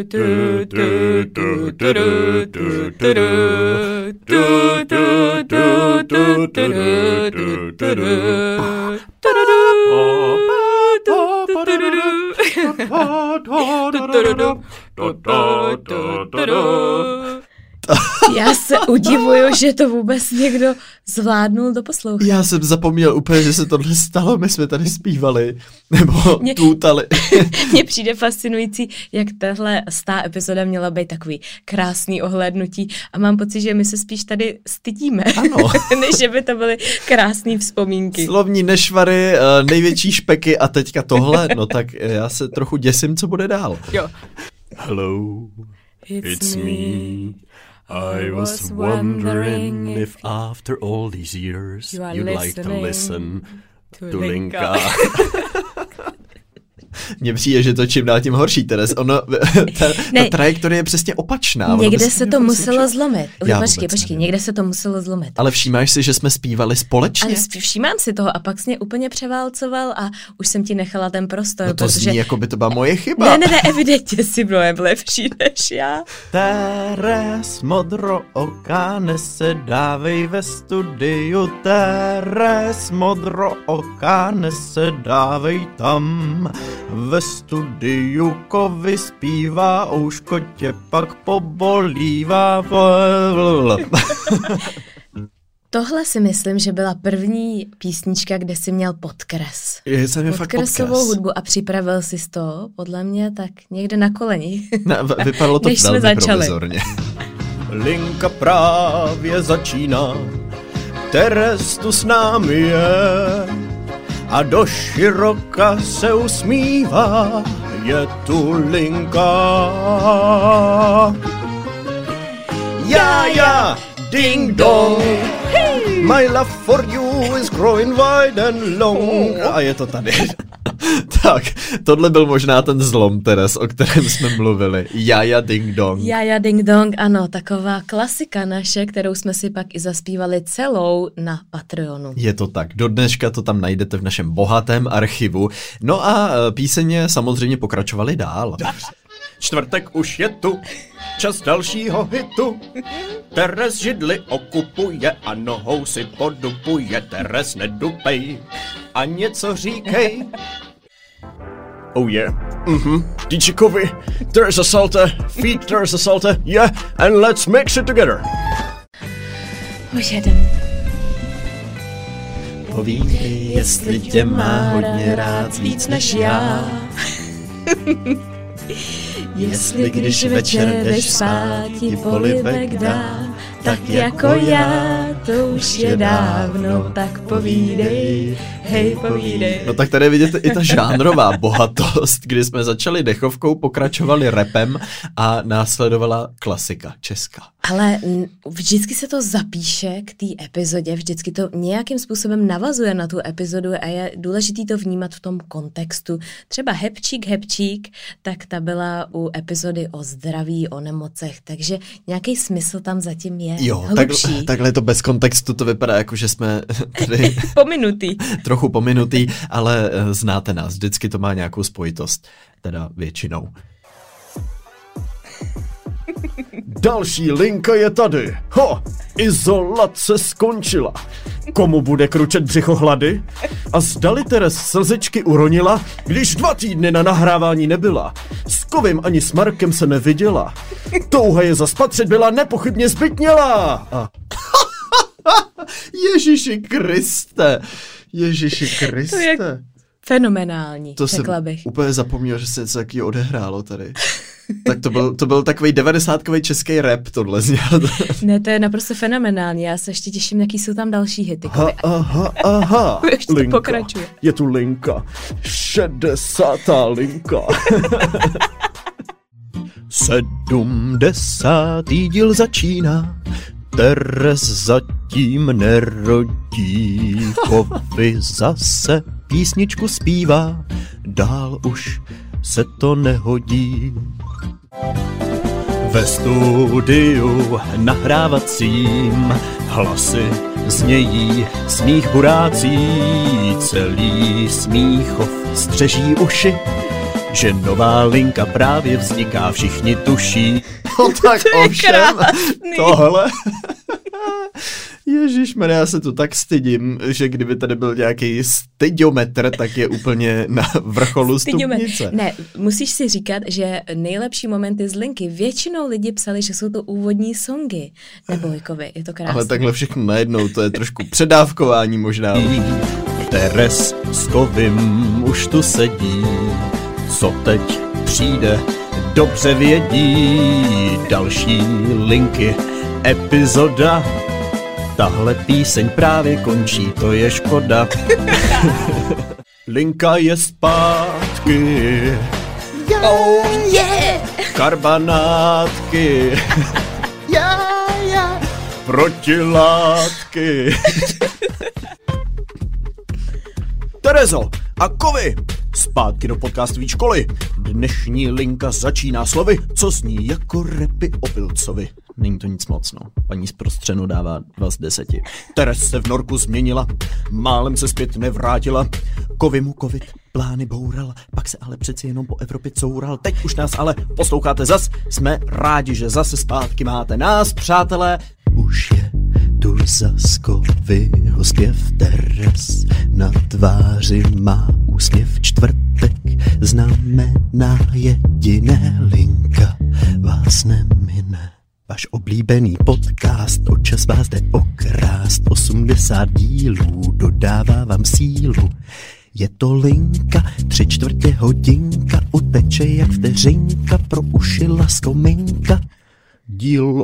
Speaker 2: Já se udivuju, že to vůbec někdo zvládnul doposlouchat.
Speaker 1: Já jsem zapomněl úplně, že se tohle stalo, my jsme tady zpívali, nebo
Speaker 2: Mě-
Speaker 1: tůtali.
Speaker 2: Mně přijde fascinující, jak tahle stá epizoda měla být takový krásný ohlédnutí a mám pocit, že my se spíš tady stydíme,
Speaker 1: Ano.
Speaker 2: než že by to byly krásné vzpomínky.
Speaker 1: Slovní nešvary, eh, největší špeky a teďka tohle, no tak já se trochu děsím, co bude dál.
Speaker 2: Jo.
Speaker 1: Hello, it's me. I was wondering if after all these years
Speaker 2: You are
Speaker 1: you'd like to
Speaker 2: listening
Speaker 1: listen
Speaker 2: to
Speaker 1: to
Speaker 2: Linka.
Speaker 1: Linka. Mně přijde, že to čím dál tím horší, Teres. Ono, ta,
Speaker 2: Ne.
Speaker 1: ta trajektorie je přesně opačná. Ono by
Speaker 2: Někde
Speaker 1: se
Speaker 2: se
Speaker 1: mělo
Speaker 2: to
Speaker 1: prostě
Speaker 2: muselo
Speaker 1: učit.
Speaker 2: zlomit.
Speaker 1: Já
Speaker 2: Počkej,
Speaker 1: vůbec
Speaker 2: počkej,
Speaker 1: nevím.
Speaker 2: někde se to muselo zlomit.
Speaker 1: Ale všímáš si, že jsme zpívali společně?
Speaker 2: Ale vš- všímám si toho a pak jsi mě úplně převálcoval a už jsem ti nechala ten prostor,
Speaker 1: No to
Speaker 2: protože...
Speaker 1: zní, jako by to byla moje chyba.
Speaker 2: Ne, ne, ne, evidentně si mnohem lepší než já.
Speaker 1: Teres modrooká, nesedávej ve studiu. Teres modrooká, nesedávej tam. Ve studiu Kovy zpívá, ouško tě pak pobolívá.
Speaker 2: Tohle si myslím, že byla první písnička, kde jsi měl podkres.
Speaker 1: Je, jsem je fakt
Speaker 2: Podkresovou
Speaker 1: podkres.
Speaker 2: hudbu a připravil jsi to, podle mě, tak někde na koleni.
Speaker 1: Ne, v- vypadalo to
Speaker 2: Než jsme
Speaker 1: velmi
Speaker 2: začali.
Speaker 1: provizorně. Linka právě začíná, Teres tu s námi je a do široka se usmívá,
Speaker 3: je tu Linka. Já, já, ding dong. My love for you is growing wide and long. A je to tady.
Speaker 1: Tak, tohle byl možná ten zlom, Teres, o kterém jsme mluvili. Jaja ding dong.
Speaker 2: Jaja ding dong, ano, taková klasika naše, kterou jsme si pak i zaspívali celou na Patreonu.
Speaker 1: Je to tak, do dneška to tam najdete v našem bohatém archivu. No a píseně samozřejmě pokračovaly dál.
Speaker 3: Čtvrtek už je tu, čas dalšího hitu. Teres židli okupuje a nohou si podupuje. Teres, nedupej a něco říkej. Oh yeah, mhm, díčikovi, Teresa Salter, feed Teresa Salter, yeah, and let's mix it together.
Speaker 2: Už jedem.
Speaker 1: Povídej, jestli tě má hodně rád víc než já. Jestli když večer jdeš spát, ti polibek dám, tak jako já, to už je dávno, tak povídej, hej, povídej. No tak tady je vidět i ta žánrová bohatost, kdy jsme začali dechovkou, pokračovali rapem a následovala klasika česká.
Speaker 2: Ale vždycky se to zapíše k té epizodě, vždycky to nějakým způsobem navazuje na tu epizodu a je důležitý to vnímat v tom kontextu. Třeba Hebčík, Hebčík, tak ta byla u epizody o zdraví, o nemocech, takže nějaký smysl tam zatím je.
Speaker 1: Jo, tak, takhle to bez kontextu to vypadá jako, že jsme tady
Speaker 2: pominutý.
Speaker 1: Trochu pominutý, ale znáte nás, vždycky to má nějakou spojitost, teda většinou.
Speaker 3: Další linka je tady. Ho, izolace skončila. Komu bude kručet břicho hlady? A zdali Teres slzičky uronila, když dva týdny na nahrávání nebyla. S Kovim ani s Markem se neviděla. Touha je zaspatřit byla nepochybně zbytněla. A...
Speaker 1: Ježiši Kriste. Ježiši Kriste.
Speaker 2: To je fenomenální,
Speaker 1: to
Speaker 2: řekla bych.
Speaker 1: Úplně zapomněl, že se něco taky odehrálo tady. Tak to byl, to byl takový devadesátkový český rap, tohle znělo.
Speaker 2: Ne, to je naprosto fenomenální, já se ještě těším, jaký jsou tam další hity.
Speaker 3: Aha, aha, aha.
Speaker 2: Ještě to pokračuje.
Speaker 3: Je tu linka, šedesátá linka.
Speaker 1: Sedmdesátý díl začíná, Teres zatím nerodí, Kovy zase písničku zpívá, dál už se to nehodí. Ve studiu nahrávacím hlasy znějí smích burácí, celý Smíchov střeží uši, že nová linka právě vzniká, všichni tuší. No tak ovšem, tohle... Ježišmarja, já se tu tak stydím, že kdyby tady byl nějaký stydiometr, tak je úplně na vrcholu stupnice.
Speaker 2: Ne, musíš si říkat, že nejlepší momenty z linky většinou lidi psali, že jsou to úvodní songy. Nebojkovi, je to krásné.
Speaker 1: Ale takhle všechno najednou, to je trošku předávkování možná. Teres s Kovim už tu sedí, co teď přijde, dobře vědí. Další linky, epizoda, tahle píseň právě končí, to je škoda. Linka je zpátky.
Speaker 2: Oh yeah!
Speaker 1: Karbanátky.
Speaker 2: Yeah, yeah.
Speaker 1: Protilátky. Terezo a Kovy, zpátky do podcastové školy. Dnešní linka začíná slovy, co zní jako repy o Pilcovi. Není to nic moc, no. Paní z prostřenu dává dva z deseti. Teres se v norku změnila, málem se zpět nevrátila. Kovy mu covid plány boural, pak se ale přeci jenom po Evropě coural. Teď už nás ale posloucháte zas, jsme rádi, že zase zpátky máte nás, přátelé. Už je tu zas Kovyho zpěv, Teres na tváři má úsměv, čtvrtek znamená jediné, linka vás nemine. Váš oblíbený podcast, občas vás jde okrást, osmdesát dílů dodává vám sílu. Je to linka, tři čtvrtě hodinka, uteče jak vteřinka, pro uši laskominka. Díl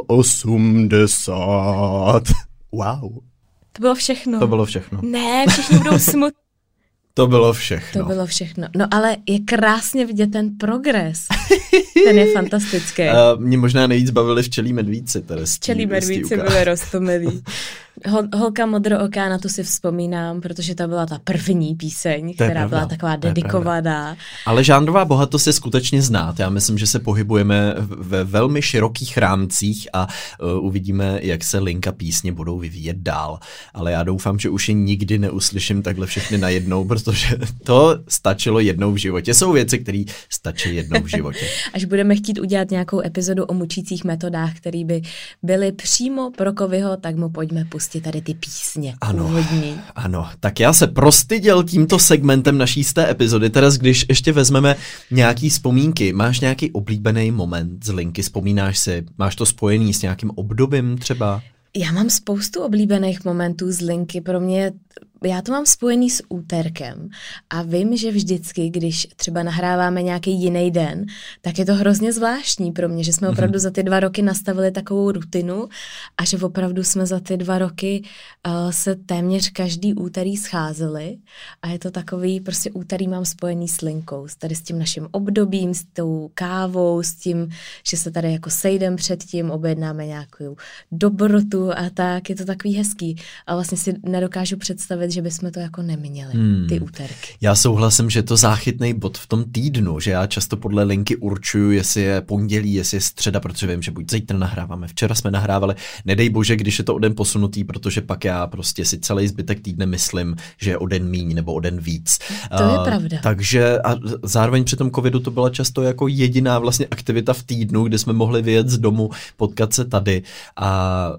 Speaker 1: osmdesát. Wow.
Speaker 2: To bylo všechno.
Speaker 1: To bylo všechno.
Speaker 2: Ne, všichni budou smutní.
Speaker 1: To bylo všechno.
Speaker 2: To bylo všechno. No ale je krásně vidět ten progres. Ten je fantastický.
Speaker 1: Uh, mě možná nejvíc bavili včelí medvídci.
Speaker 2: Včelí medvídci byly roztomilí. Hol, holka modrooká, na tu si vzpomínám, protože to byla ta první píseň, která pravda, byla taková dedikovaná.
Speaker 1: Ale žánrová bohatost je skutečně znát. Já myslím, že se pohybujeme ve velmi širokých rámcích a uh, uvidíme, jak se linka písně budou vyvíjet dál. Ale já doufám, že už je nikdy neuslyším takhle všechny najednou, protože to stačilo jednou v životě. Jsou věci, které stačí jednou v životě.
Speaker 2: Až budeme chtít udělat nějakou epizodu o mučících metodách, které by byly přímo pro Kovyho, tak mu pojďme pustit tady ty písně.
Speaker 1: Ano,
Speaker 2: úvodní.
Speaker 1: ano. Tak já se prostyděl tímto segmentem naší z té epizody. Teraz, když ještě vezmeme nějaký vzpomínky, máš nějaký oblíbený moment z linky, vzpomínáš si, máš to spojený s nějakým obdobím třeba?
Speaker 2: Já mám spoustu oblíbených momentů z linky. Pro mě, já to mám spojený s úterkem a vím, že vždycky, když třeba nahráváme nějaký jiný den, tak je to hrozně zvláštní pro mě, že jsme opravdu za ty dva roky nastavili takovou rutinu a že opravdu jsme za ty dva roky uh, se téměř každý úterý scházeli a je to takový, prostě úterý mám spojený s linkou, s tady s tím naším obdobím, s tou kávou, s tím, že se tady jako sejdem předtím, objednáme nějakou dobrotu a tak, je to takový hezký a vlastně si nedokážu představit, že bychom to jako neměli, hmm. ty úterky.
Speaker 1: Já souhlasím, že je to záchytný bod v tom týdnu, že já často podle linky určuju, jestli je pondělí, jestli je středa, protože vím, že buď zítra nahráváme, včera jsme nahrávali, nedej bože, když je to o den posunutý, protože pak já prostě si celý zbytek týdne myslím, že je o den míň nebo o den víc.
Speaker 2: To je uh, pravda.
Speaker 1: Takže a zároveň při tom covidu to byla často jako jediná vlastně aktivita v týdnu, kde jsme mohli vyjet z domu, potkat se tady a,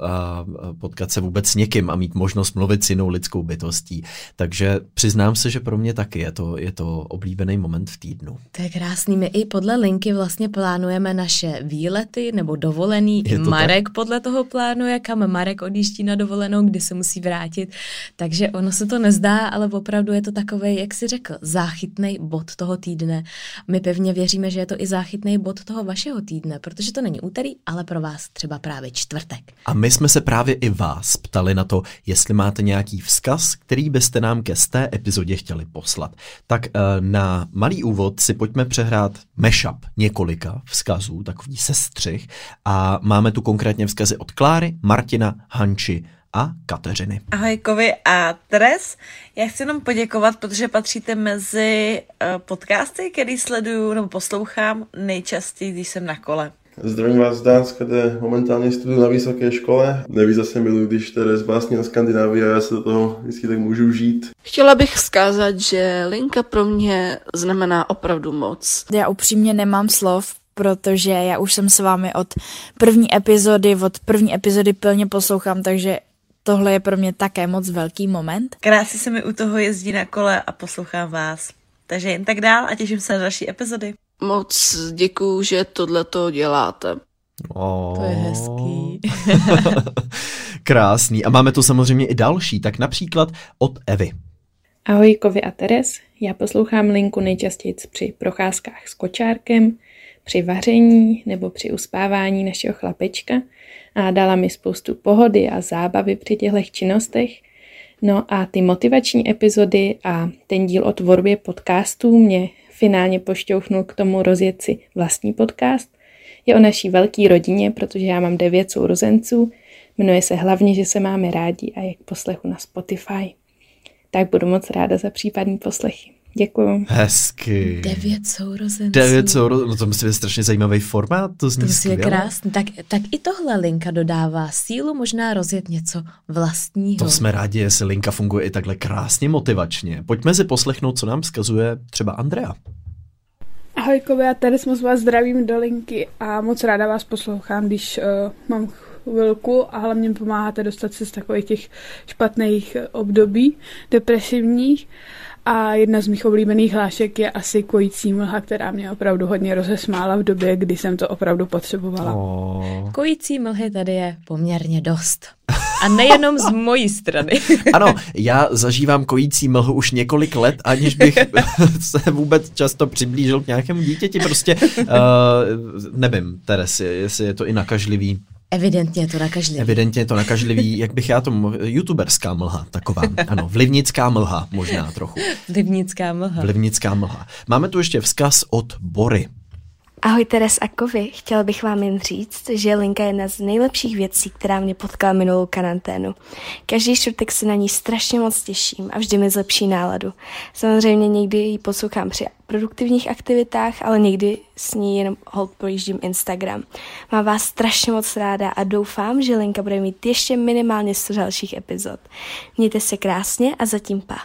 Speaker 1: a potkat se vůbec s někým a mít možnost mluvit s jinou lidskou bytostí. Takže přiznám se, že pro mě taky je to, je to oblíbený moment v týdnu.
Speaker 2: To je krásný. My i podle linky vlastně plánujeme naše výlety nebo dovolený. I Marek tak? Podle toho plánuje, kam Marek odjíždí na dovolenou, kdy se musí vrátit. Takže ono se to nezdá, ale opravdu je to takovej, jak jsi řekl, záchytný bod toho týdne. My pevně věříme, že je to i záchytný bod toho vašeho týdne, protože to není úterý, ale pro vás třeba právě čtvrtek.
Speaker 1: A my jsme se právě i vás ptali na to, jestli máte nějaký vzkaz, který byste nám ke sté epizodě chtěli poslat. Tak na malý úvod si pojďme přehrát mashup několika vzkazů, takový sestřih. A máme tu konkrétně vzkazy od Kláry, Martina, Hanči a Kateřiny.
Speaker 4: Ahoj Kovy a Teres. Já chci jenom poděkovat, protože patříte mezi podcasty, který sleduju nebo poslouchám nejčastěji, když jsem na kole.
Speaker 5: Zdravím vás z Dánska, kde momentálně studuju na vysoké škole. Nejvíc zase miluji, když Teres básní na Skandinávii a já se do toho vždycky tak můžu žít.
Speaker 6: Chtěla bych vzkázat, že linka pro mě znamená opravdu moc.
Speaker 7: Já upřímně nemám slov, protože já už jsem s vámi od první epizody, od první epizody plně poslouchám, takže tohle je pro mě také moc velký moment.
Speaker 4: Krásně se mi u toho jezdí na kole a poslouchám vás. Takže jen tak dál a těším se na další epizody.
Speaker 6: Moc děkuju, že tohleto děláte.
Speaker 1: Oh.
Speaker 2: To je hezký.
Speaker 1: Krásný. A máme tu samozřejmě i další, tak například od Evy.
Speaker 8: Ahoj Kovy a Teres, já poslouchám linku nejčastěji při procházkách s kočárkem, při vaření nebo při uspávání našeho chlapečka a dala mi spoustu pohody a zábavy při těchto činnostech. No a ty motivační epizody a ten díl o tvorbě podcastů mě finálně pošťouchnul k tomu rozjet si vlastní podcast. Je o naší velké rodině, protože já mám devět sourozenců. Jmenuje se Hlavně, že se máme rádi a je k poslechu na Spotify. Tak budu moc ráda za případný poslechy. Děkuju.
Speaker 1: Hezky.
Speaker 2: Devět sourozenců.
Speaker 1: Devět sourozenců. No to musí být strašně zajímavý formát. To zní
Speaker 2: to je krásný. Tak, tak i tohle linka dodává sílu možná rozjet něco vlastního.
Speaker 1: To jsme rádi, jestli linka funguje i takhle krásně motivačně. Pojďme si poslechnout, co nám vzkazuje třeba Andrea.
Speaker 9: Ahoj Kovy a Teres, moc vás zdravím do linky a moc ráda vás poslouchám, když uh, mám chvilku a hlavně pomáháte dostat se z takových těch špatných období, depresivních. A jedna z mých oblíbených hlášek je asi Kojící mlha, která mě opravdu hodně rozesmála v době, kdy jsem to opravdu potřebovala.
Speaker 1: Oh.
Speaker 2: Kojící mlhy tady je poměrně dost. A nejenom z mojí strany.
Speaker 1: Ano, já zažívám kojící mlhu už několik let, aniž bych se vůbec často přiblížil k nějakému dítěti. Prostě uh, nevím, Teres, jestli je to i nakažlivý.
Speaker 2: Evidentně je to nakažlivý.
Speaker 1: Evidentně je to nakažlivý, jak bych já to mohl, youtuberská mlha, taková, ano, vlivnická mlha možná trochu.
Speaker 2: Vlivnická mlha.
Speaker 1: Vlivnická mlha. Máme tu ještě vzkaz od Bory.
Speaker 10: Ahoj Teres a Kovy, chtěla bych vám jen říct, že Linka je jedna z nejlepších věcí, která mě potkala minulou karanténu. Každý čtvrtek se na ní strašně moc těším a vždy mi zlepší náladu. Samozřejmě někdy ji poslouchám při produktivních aktivitách, ale někdy s ní jenom hold projíždím Instagram. Mám vás strašně moc ráda a doufám, že Linka bude mít ještě minimálně sto dalších epizod. Mějte se krásně a zatím pa.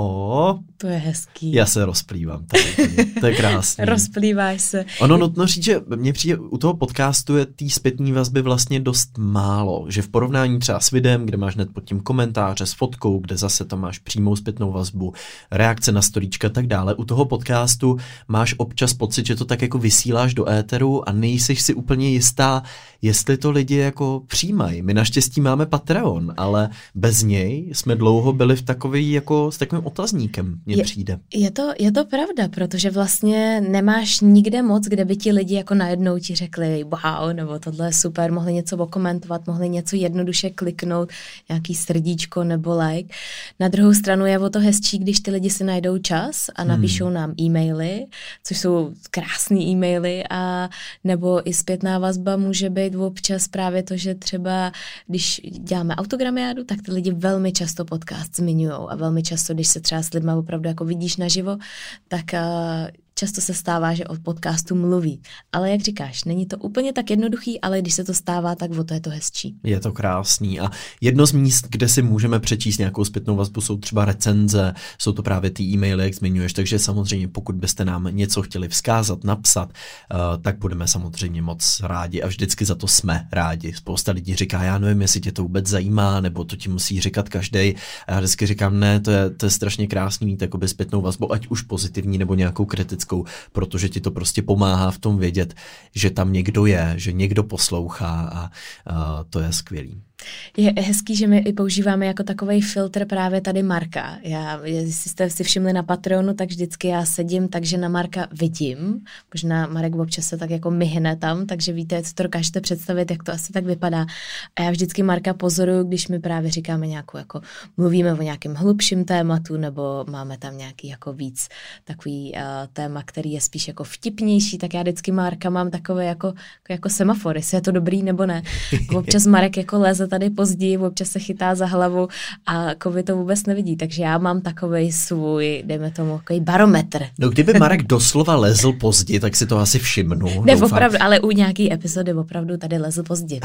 Speaker 1: No,
Speaker 2: to je hezký.
Speaker 1: Já se rozplývám. Tady, to je krásný.
Speaker 2: Rozplýváš se.
Speaker 1: Ono nutno říct, že mně přijde u toho podcastu je té zpětné vazby vlastně dost málo, že v porovnání třeba s videem, kde máš hned pod tím komentáře s fotkou, kde zase tam máš přímou zpětnou vazbu, reakce na storíčka a tak dále, u toho podcastu máš občas pocit, že to tak jako vysíláš do éteru a nejseš si úplně jistá, jestli to lidi jako přijímají. My naštěstí máme Patreon, ale bez něj jsme dlouho byli v takový jako s takovým otazníkem, mně
Speaker 2: je,
Speaker 1: přijde.
Speaker 2: Je to, je to pravda, protože vlastně nemáš nikde moc, kde by ti lidi jako najednou ti řekli wow, nebo tohle je super, mohli něco okomentovat, mohli něco jednoduše kliknout, nějaký srdíčko nebo like. Na druhou stranu je o to hezčí, když ty lidi si najdou čas a napíšou hmm. nám e-maily, což jsou krásný e-maily a nebo i zpětná vazba může být občas právě to, že třeba když děláme autogramiádu, tak ty lidi velmi často podcast zmiňujou a velmi často, když se třeba s lidma opravdu jako vidíš naživo, tak uh, často se stává, že od podcastu mluví. Ale jak říkáš, není to úplně tak jednoduchý, ale když se to stává, tak o to je to hezčí.
Speaker 1: Je to krásný a jedno z míst, kde si můžeme přečíst nějakou zpětnou vazbu, jsou třeba recenze, jsou to právě ty e-maily, jak zmiňuješ, takže samozřejmě pokud byste nám něco chtěli vzkázat, napsat, uh, tak budeme samozřejmě moc rádi a vždycky za to jsme rádi. Spousta lidí říká, já nevím, jestli tě to vůbec zajímá, nebo to ti musí říkat každej. A já vždycky říkám, ne, to je, to je strašně krásný mít jakoby zpětnou vazbu, ať už pozitivní nebo nějakou kritickou, protože ti to prostě pomáhá v tom vědět, že tam někdo je, že někdo poslouchá a, a to je skvělý.
Speaker 2: Je hezký, že my i používáme jako takovej filtr právě tady Marka. Já, jestli jste si všimli na Patreonu, tak vždycky já sedím, takže na Marka vidím. Možná Marek občas se tak jako myhne tam, takže víte, co to dokážete představit, jak to asi tak vypadá. A já vždycky Marka pozoruju, když my právě říkáme nějakou, jako mluvíme o nějakém hlubším tématu, nebo máme tam nějaký jako víc takový uh, téma, který je spíš jako vtipnější, tak já vždycky Marka mám takové jako, jako semafor, jestli je to dobrý nebo ne. Občas Marek jako leze tady později, občas se chytá za hlavu a Kovy to vůbec nevidí, takže já mám takovej svůj, dejme tomu, takový barometr.
Speaker 1: No kdyby Marek doslova lezl pozdě, tak si to asi všimnu.
Speaker 2: Ne, opravdu, ale u nějaký epizody opravdu tady lezl pozdě.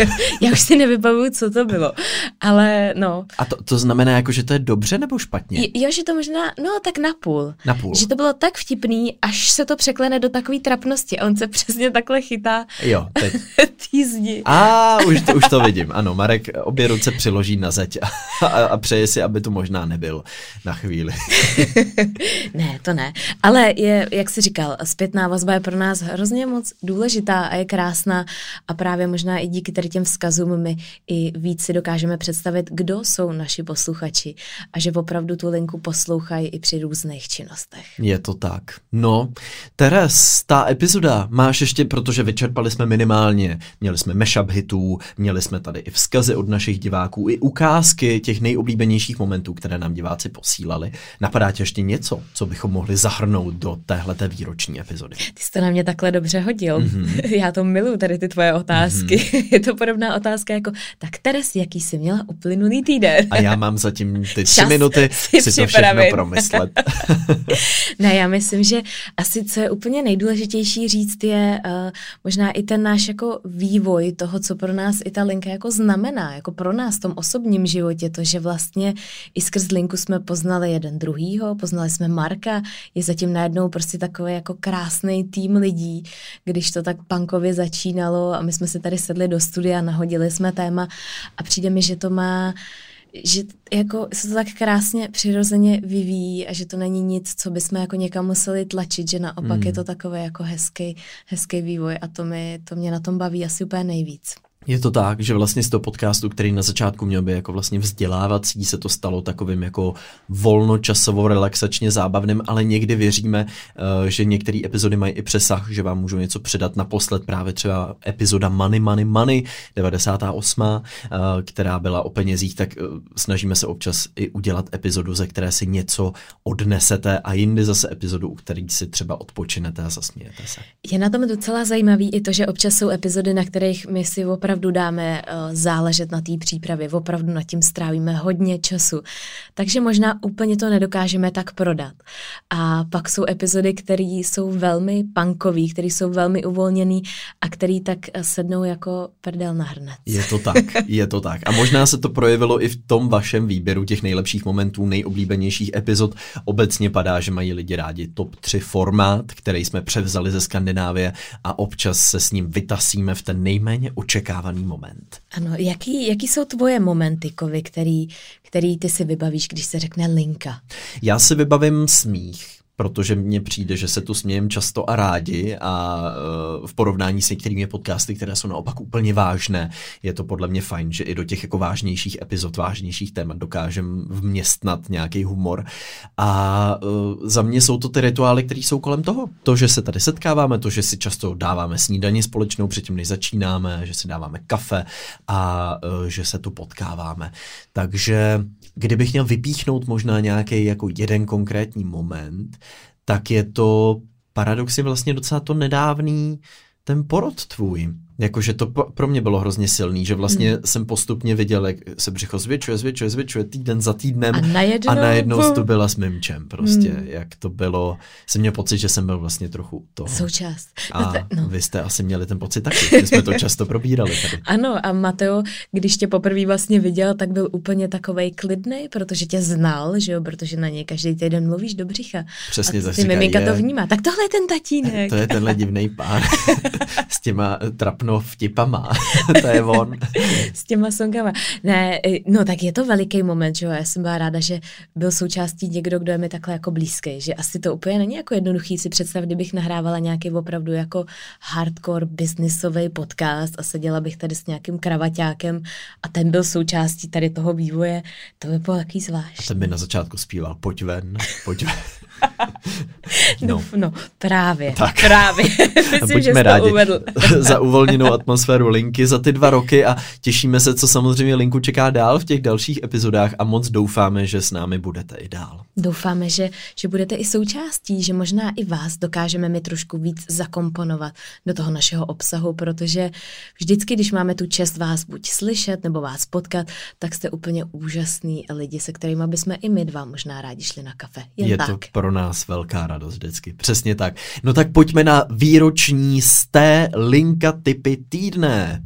Speaker 2: Já už si nevybavuju, co to bylo, ale no.
Speaker 1: A to, to znamená jako, že to je dobře nebo špatně?
Speaker 2: Jo, že to možná, no tak napůl.
Speaker 1: Napůl.
Speaker 2: Že to bylo tak vtipný, až se to překlene do takové trapnosti a on se přesně takhle chytá
Speaker 1: jo, teď.
Speaker 2: tý zdi.
Speaker 1: A už to, už to vidím, ano, Marek obě ruce přiloží na zeď a, a, a přeje si, aby to možná nebyl na chvíli.
Speaker 2: Ne, to ne. Ale je, jak jsi říkal, zpětná vazba je pro nás hrozně moc důležitá a je krásná a právě možná i díky tady těm vzkazům my i víc si dokážeme představit, kdo jsou naši posluchači a že opravdu tu linku poslouchají i při různých činnostech.
Speaker 1: Je to tak. No, Teres, ta epizoda máš ještě, protože vyčerpali jsme minimálně, měli jsme mashup hitů, měli jsme tady i vzkazy od našich diváků, i ukázky těch nejoblíbenějších momentů, které nám diváci posílali. Napadá tě ještě něco, co bychom mohli zahrnout do téhleté výroční epizody?
Speaker 2: Ty jsi to na mě takhle dobře hodil. Mm-hmm. Já to miluji, tady ty tvoje otázky. Mm-hmm. Je to podobná otázka jako, tak Teres, jaký jsi měla uplynulý týden?
Speaker 1: A já mám zatím ty tři minuty si, si to všechno promyslet.
Speaker 2: Ne, já myslím, že asi co je úplně nejdůležitější říct je uh, možná i ten náš jako vývoj toho, co pro nás i ta linka jako znamená, jako pro nás v tom osobním životě, to, že vlastně i skrz linku jsme poznali jeden druhýho, poznali jsme Marka, je zatím najednou prostě takový jako krásný tým lidí, když to tak punkově začínalo a my jsme se tady sedli do studia, nahodili jsme téma a přijde mi, že to má že jako se to tak krásně přirozeně vyvíjí a že to není nic, co bychom jako někam museli tlačit, že naopak mm. je to takový jako hezký, hezký vývoj a to, mi, to mě na tom baví asi úplně nejvíc.
Speaker 1: Je to tak, že vlastně z toho podcastu, který na začátku měl být jako vlastně vzdělávací, se to stalo takovým jako volnočasovo, relaxačně zábavným, ale někdy věříme, že některé epizody mají i přesah, že vám můžou něco předat. Naposled právě třeba epizoda Money, Money, Money, devadesátá osmá, která byla o penězích, tak snažíme se občas i udělat epizodu, ze které si něco odnesete a jindy zase epizodu, u který si třeba odpočinete a zasmějete se.
Speaker 2: Je na tom docela zajímavý i to, že občas jsou epizody, na kterých my si opravdu dáme uh, záležet na té přípravě, opravdu nad tím strávíme hodně času. Takže možná úplně to nedokážeme tak prodat. A pak jsou epizody, které jsou velmi punkový, které jsou velmi uvolněný a který tak sednou jako prdel na hrnec.
Speaker 1: Je to tak, je to tak. A možná se to projevilo i v tom vašem výběru těch nejlepších momentů, nejoblíbenějších epizod. Obecně padá, že mají lidi rádi top tři formát, který jsme převzali ze Skandinávie a občas se s ním vytasíme v ten nejméně očekávaný moment.
Speaker 2: Ano, jaký, jaký jsou tvoje momenty, Kovy, který, který ty si vybavíš, když se řekne linka?
Speaker 1: Já si vybavím smích, protože mně přijde, že se tu smějem často a rádi a uh, v porovnání s některými podcasty, které jsou naopak úplně vážné, je to podle mě fajn, že i do těch jako vážnějších epizod, vážnějších témat dokážem vměstnat nějaký humor. A uh, za mě jsou to ty rituály, které jsou kolem toho. To, že se tady setkáváme, to, že si často dáváme snídani společnou předtím, než začínáme, že si dáváme kafe a uh, že se tu potkáváme. Takže kdybych měl vypíchnout možná nějaký jako jeden konkrétní moment, tak je to paradoxně vlastně docela to nedávný ten porod tvůj. Jakože to pro mě bylo hrozně silný, že vlastně hmm. jsem postupně viděl, jak se břicho zvětšuje, zvětšuje, zvětšuje týden za týdnem
Speaker 2: a najednou,
Speaker 1: a najednou to byla s mimčem prostě, hmm. jak to bylo. Jsem měl pocit, že jsem byl vlastně trochu toho.
Speaker 2: Součást.
Speaker 1: A
Speaker 2: no te, no.
Speaker 1: vy jste asi měli ten pocit taky, my jsme to často probírali tady.
Speaker 2: Ano a Mateo, když tě poprvé vlastně viděl, tak byl úplně takovej klidnej, protože tě znal, že jo, protože na něj každý týden mluvíš do břicha.
Speaker 1: Přesně,
Speaker 2: a ty miminka to vnímá. Tak tohle je ten tatínek.
Speaker 1: To je tenhle divnej pán s těma trapnou vtipama, to je on.
Speaker 2: S těma songama. Ne, no tak je to veliký moment, že jo, já jsem byla ráda, že byl součástí někdo, kdo je mi takhle jako blízký, že asi to úplně není jako jednoduchý si představit, kdybych nahrávala nějaký opravdu jako hardcore businessový podcast a seděla bych tady s nějakým kravaťákem a ten byl součástí tady toho vývoje, to by bylo takový zvláštní.
Speaker 1: A ten by na začátku zpíval, pojď ven, pojď ven.
Speaker 2: No. no, no, právě,
Speaker 1: tak.
Speaker 2: právě. Myslím, že jsi to uvedl.
Speaker 1: Za uvolněnou atmosféru Linky za ty dva roky a těšíme se, co samozřejmě Linku čeká dál v těch dalších epizodách a moc doufáme, že s námi budete i dál.
Speaker 2: Doufáme, že, že budete i součástí, že možná i vás dokážeme my trošku víc zakomponovat do toho našeho obsahu, protože vždycky, když máme tu čest vás buď slyšet nebo vás potkat, tak jste úplně úžasný lidi, se kterými bychom i my dva možná rádi šli na kafe. Jen
Speaker 1: Je
Speaker 2: tak.
Speaker 1: to pro nás velká radost vždycky. Přesně tak. No tak pojďme na výroční sté Linka tipy týdne.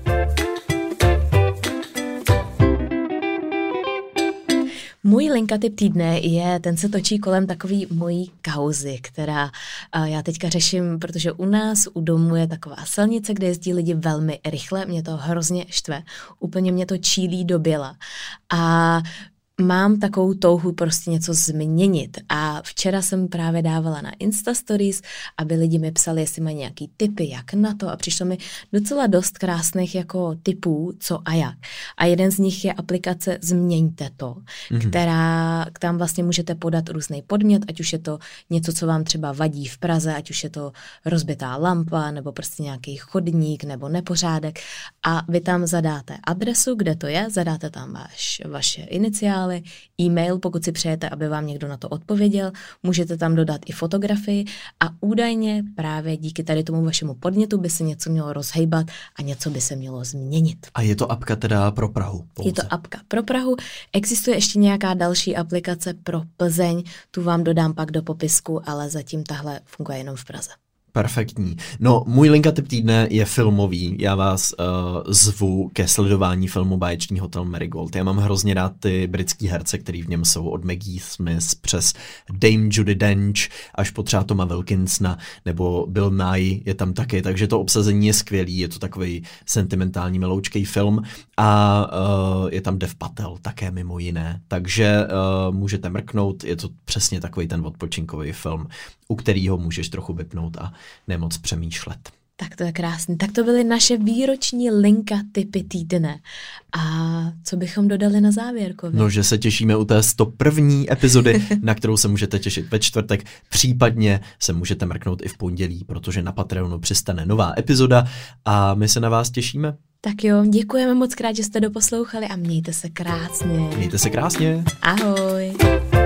Speaker 2: Můj linka tip týdne je, ten se točí kolem takový mojí kauzy, která uh, já teďka řeším, protože u nás u domu je taková silnice, kde jezdí lidi velmi rychle, mě to hrozně štve, úplně mě to čílí do běla. A mám takovou touhu prostě něco změnit a včera jsem právě dávala na Insta Stories, aby lidi mi psali, jestli mají nějaký tipy, jak na to a přišlo mi docela dost krásných jako tipů, co a jak. A jeden z nich je aplikace Změňte to, mm-hmm. která, tam vlastně můžete podat různý podmět, ať už je to něco, co vám třeba vadí v Praze, ať už je to rozbitá lampa, nebo prostě nějaký chodník, nebo nepořádek a vy tam zadáte adresu, kde to je, zadáte tam váš, vaše iniciály, e-mail, pokud si přejete, aby vám někdo na to odpověděl, můžete tam dodat i fotografii a údajně právě díky tady tomu vašemu podnětu by se něco mělo rozhejbat a něco by se mělo změnit.
Speaker 1: A je to apka teda pro Prahu? Pouze.
Speaker 2: Je to apka pro Prahu. Existuje ještě nějaká další aplikace pro Plzeň, tu vám dodám pak do popisku, ale zatím tahle funguje jenom v Praze.
Speaker 1: Perfektní. No, můj linka tip týdne je filmový. Já vás uh, zvu ke sledování filmu Báječný hotel Marigold. Já mám hrozně rád ty britský herce, který v něm jsou od Maggie Smith přes Dame Judi Dench až po třeba Toma Wilkinsona nebo Bill Nye je tam taky, takže to obsazení je skvělý, je to takový sentimentální meloučkej film a uh, je tam Dev Patel také mimo jiné, takže uh, můžete mrknout, je to přesně takový ten odpočinkový film, u kterého můžeš trochu vypnout a nemoc přemýšlet.
Speaker 2: Tak to je krásný. Tak to byly naše výroční Linka tipy týdne. A co bychom dodali na závěr, Kovi?
Speaker 1: No, že se těšíme u té sto první epizody, na kterou se můžete těšit ve čtvrtek, případně se můžete mrknout i v pondělí, protože na Patreonu přistane nová epizoda a my se na vás těšíme.
Speaker 2: Tak jo, děkujeme moc krát, že jste doposlouchali a mějte se krásně.
Speaker 1: Mějte se krásně.
Speaker 2: Ahoj.